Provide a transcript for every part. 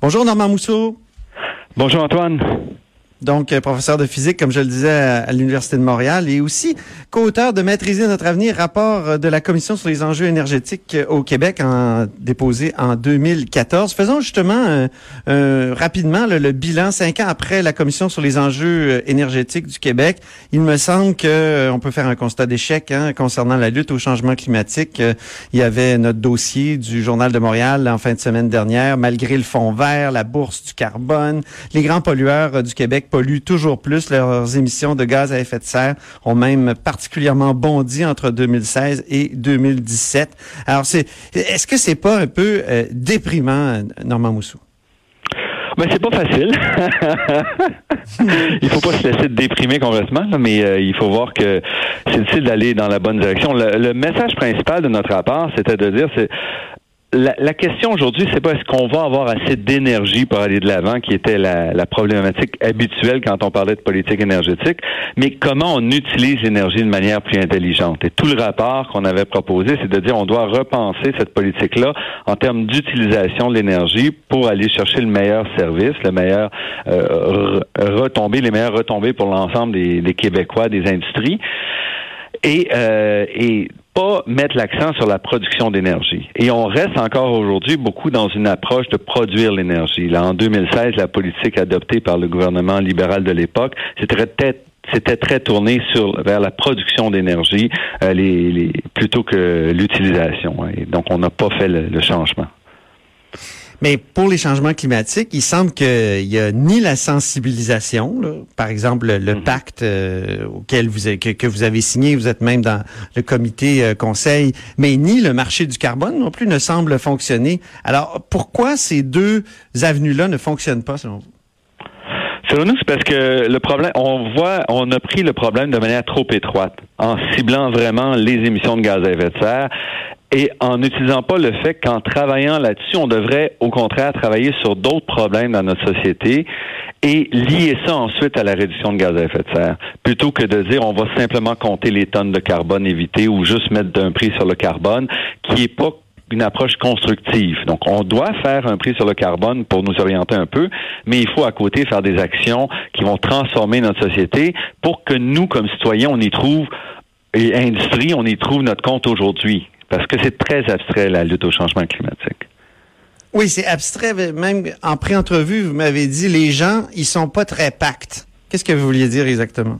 Bonjour Normand Mousseau. Bonjour Antoine. Donc, professeur de physique, comme je le disais, à l'Université de Montréal, et aussi co-auteur de Maîtriser notre avenir, rapport de la Commission sur les enjeux énergétiques au Québec, déposé en 2014. Faisons justement rapidement le bilan 5 ans après la Commission sur les enjeux énergétiques du Québec. Il me semble que on peut faire un constat d'échec concernant la lutte au changement climatique. Il y avait notre dossier du Journal de Montréal en fin de semaine dernière, malgré le Fonds vert, la bourse du carbone, les grands pollueurs du Québec polluent toujours plus. Leurs émissions de gaz à effet de serre ont même particulièrement bondi entre 2016 et 2017. Alors, est-ce que c'est pas un peu déprimant, Normand Mousseau? Ben, c'est pas facile. Il faut pas se laisser déprimer complètement, mais il faut voir que c'est difficile d'aller dans la bonne direction. Le message principal de notre rapport, c'était de dire, la question aujourd'hui, c'est pas est-ce qu'on va avoir assez d'énergie pour aller de l'avant, qui était la problématique habituelle quand on parlait de politique énergétique, mais comment on utilise l'énergie de manière plus intelligente. Et tout le rapport qu'on avait proposé, c'est de dire on doit repenser cette politique-là en termes d'utilisation de l'énergie pour aller chercher le meilleur service, le meilleur les meilleures retombées pour l'ensemble des Québécois, des industries. Et pas mettre l'accent sur la production d'énergie. Et on reste encore aujourd'hui beaucoup dans une approche de produire l'énergie. Là, en 2016, la politique adoptée par le gouvernement libéral de l'époque, c'était très tourné vers la production d'énergie plutôt que l'utilisation. Et donc, on n'a pas fait le changement. Mais pour les changements climatiques, il semble qu'il y a ni la sensibilisation, là, par exemple le pacte auquel que vous avez signé, vous êtes même dans le comité conseil, mais ni le marché du carbone non plus ne semble fonctionner. Alors pourquoi ces deux avenues-là ne fonctionnent pas selon vous? Selon nous, c'est parce que le problème, on a pris le problème de manière trop étroite, en ciblant vraiment les émissions de gaz à effet de serre. Et en n'utilisant pas le fait qu'en travaillant là-dessus, on devrait au contraire travailler sur d'autres problèmes dans notre société et lier ça ensuite à la réduction de gaz à effet de serre, plutôt que de dire on va simplement compter les tonnes de carbone évitées ou juste mettre d'un prix sur le carbone, qui est pas une approche constructive. Donc, on doit faire un prix sur le carbone pour nous orienter un peu, mais il faut à côté faire des actions qui vont transformer notre société pour que nous, comme citoyens, on y trouve, et industrie, on y trouve notre compte aujourd'hui. Parce que c'est très abstrait, la lutte au changement climatique. Oui, c'est abstrait. Même en pré-entrevue, vous m'avez dit, les gens, ils sont pas très pactes. Qu'est-ce que vous vouliez dire exactement?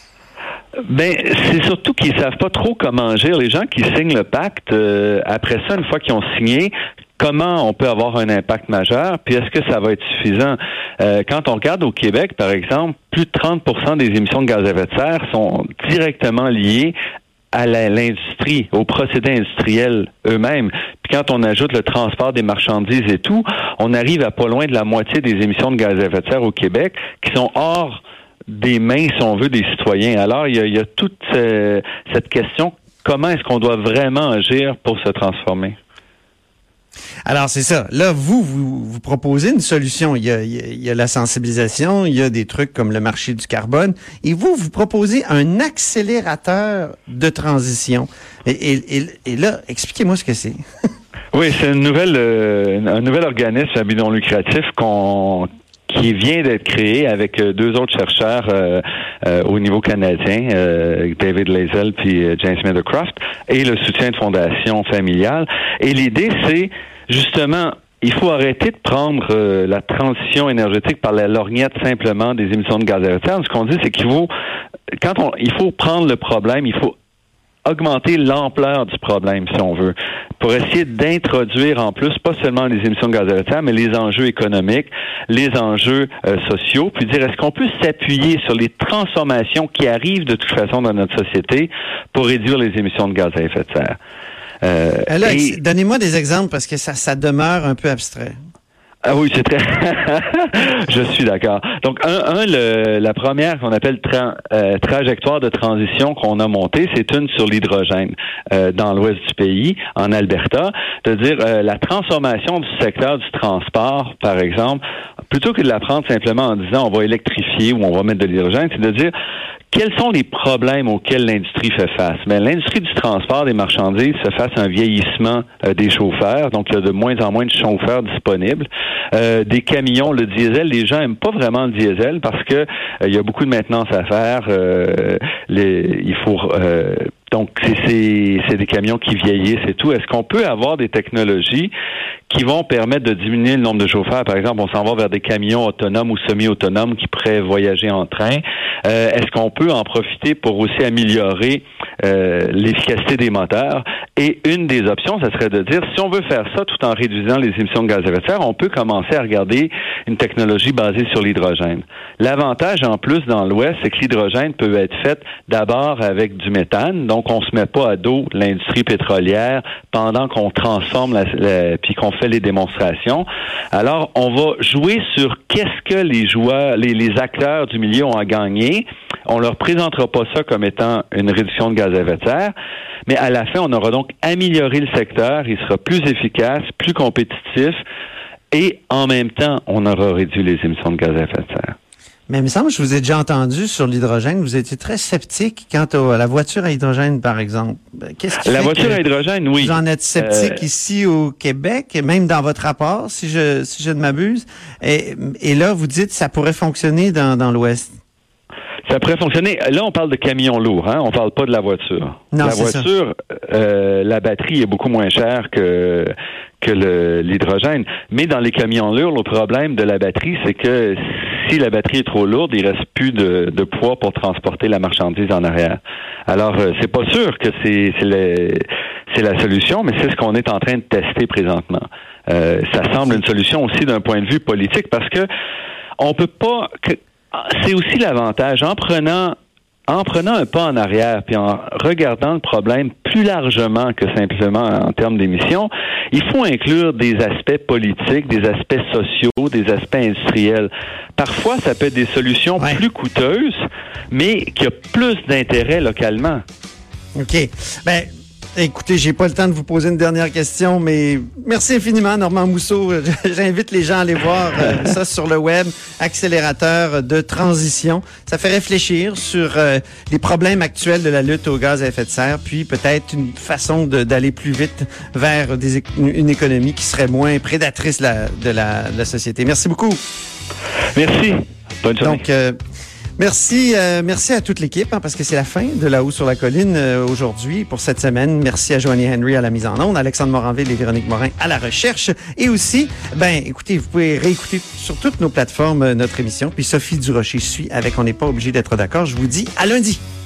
Ben, c'est surtout qu'ils savent pas trop comment agir. Les gens qui signent le pacte, après ça, une fois qu'ils ont signé, comment on peut avoir un impact majeur, puis est-ce que ça va être suffisant? Quand on regarde au Québec, par exemple, plus de 30% des émissions de gaz à effet de serre sont directement liées à l'industrie, aux procédés industriels eux-mêmes. Puis quand on ajoute le transport des marchandises et tout, on arrive à pas loin de la moitié des émissions de gaz à effet de serre au Québec qui sont hors des mains, si on veut, des citoyens. Alors, il y a toute cette question, comment est-ce qu'on doit vraiment agir pour se transformer? Alors, c'est ça. Là, vous proposez une solution. Il y a la sensibilisation, il y a des trucs comme le marché du carbone. Et vous proposez un accélérateur de transition. Et là, expliquez-moi ce que c'est. Oui, c'est un nouvel organisme à but non lucratif qui vient d'être créé avec deux autres chercheurs au niveau canadien, David Lazel puis James Meadowcroft, et le soutien de Fondation familiale. Et l'idée, c'est justement, il faut arrêter de prendre la transition énergétique par la lorgnette simplement des émissions de gaz à effet de serre. Ce qu'on dit, c'est qu'il faut, il faut prendre le problème, il faut augmenter l'ampleur du problème, si on veut, pour essayer d'introduire en plus, pas seulement les émissions de gaz à effet de serre, mais les enjeux économiques, les enjeux sociaux, puis dire, est-ce qu'on peut s'appuyer sur les transformations qui arrivent de toute façon dans notre société pour réduire les émissions de gaz à effet de serre? Donnez-moi des exemples, parce que ça demeure un peu abstrait. Ah oui, c'est très... Je suis d'accord. Donc, la première qu'on appelle trajectoire de transition qu'on a montée, c'est une sur l'hydrogène dans l'ouest du pays, en Alberta, de dire la transformation du secteur du transport, par exemple, plutôt que de la prendre simplement en disant on va électrifier ou on va mettre de l'hydrogène, c'est de dire Quels sont les problèmes auxquels l'industrie fait face? Bien, l'industrie du transport des marchandises fait face à un vieillissement des chauffeurs, donc il y a de moins en moins de chauffeurs disponibles. Des camions, le diesel, les gens aiment pas vraiment le diesel parce que il y a beaucoup de maintenance à faire. Donc, c'est des camions qui vieillissent et tout. Est-ce qu'on peut avoir des technologies qui vont permettre de diminuer le nombre de chauffeurs? Par exemple, on s'en va vers des camions autonomes ou semi-autonomes qui pourraient voyager en train. Est-ce qu'on peut en profiter pour aussi améliorer l'efficacité des moteurs? Et une des options, ça serait de dire, si on veut faire ça tout en réduisant les émissions de gaz à effet de serre, on peut commencer à regarder une technologie basée sur l'hydrogène. L'avantage, en plus, dans l'Ouest, c'est que l'hydrogène peut être fait d'abord avec du méthane. Donc, on se met pas à dos l'industrie pétrolière pendant qu'on transforme puis qu'on fait les démonstrations. Alors, on va jouer sur qu'est-ce que les acteurs du milieu ont à gagner. On leur présentera pas ça comme étant une réduction de gaz à effet de serre, mais à la fin, on aura donc amélioré le secteur, il sera plus efficace, plus compétitif, et en même temps, on aura réduit les émissions de gaz à effet de serre. Mais il me semble que je vous ai déjà entendu sur l'hydrogène. Vous étiez très sceptique quant à la voiture à hydrogène, par exemple. Qu'est-ce qui La fait voiture que à hydrogène, oui. Vous en êtes sceptique ici au Québec, et même dans votre rapport, si je ne m'abuse. Et là, vous dites que ça pourrait fonctionner dans l'Ouest. Ça pourrait fonctionner. Là, on parle de camions lourds, hein. On parle pas de la voiture. Non, la voiture, la batterie est beaucoup moins chère que l'hydrogène. Mais dans les camions lourds, le problème de la batterie, c'est que si la batterie est trop lourde, il reste plus de poids pour transporter la marchandise en arrière. Alors, c'est pas sûr que c'est la solution, mais c'est ce qu'on est en train de tester présentement. Ça semble une solution aussi d'un point de vue politique parce que on peut pas. C'est aussi l'avantage en prenant un pas en arrière puis en regardant le problème plus largement que simplement en termes d'émissions, il faut inclure des aspects politiques, des aspects sociaux, des aspects industriels. Parfois, ça peut être des solutions plus coûteuses, mais qui ont plus d'intérêt localement. OK. Ben, écoutez, j'ai pas le temps de vous poser une dernière question, mais merci infiniment, Normand Mousseau. J'invite les gens à aller voir ça sur le web, accélérateur de transition. Ça fait réfléchir sur les problèmes actuels de la lutte au gaz à effet de serre, puis peut-être une façon d'aller plus vite vers une économie qui serait moins prédatrice de la société. Merci beaucoup. Merci. Bonne journée. Donc, merci à toute l'équipe, parce que c'est la fin de Là-haut sur la colline aujourd'hui pour cette semaine. Merci à Joanie Henry à la mise en onde, Alexandre Moranville et Véronique Morin à la recherche. Et aussi, écoutez, vous pouvez réécouter sur toutes nos plateformes notre émission. Puis Sophie Durocher suit avec On n'est pas obligé d'être d'accord. Je vous dis à lundi.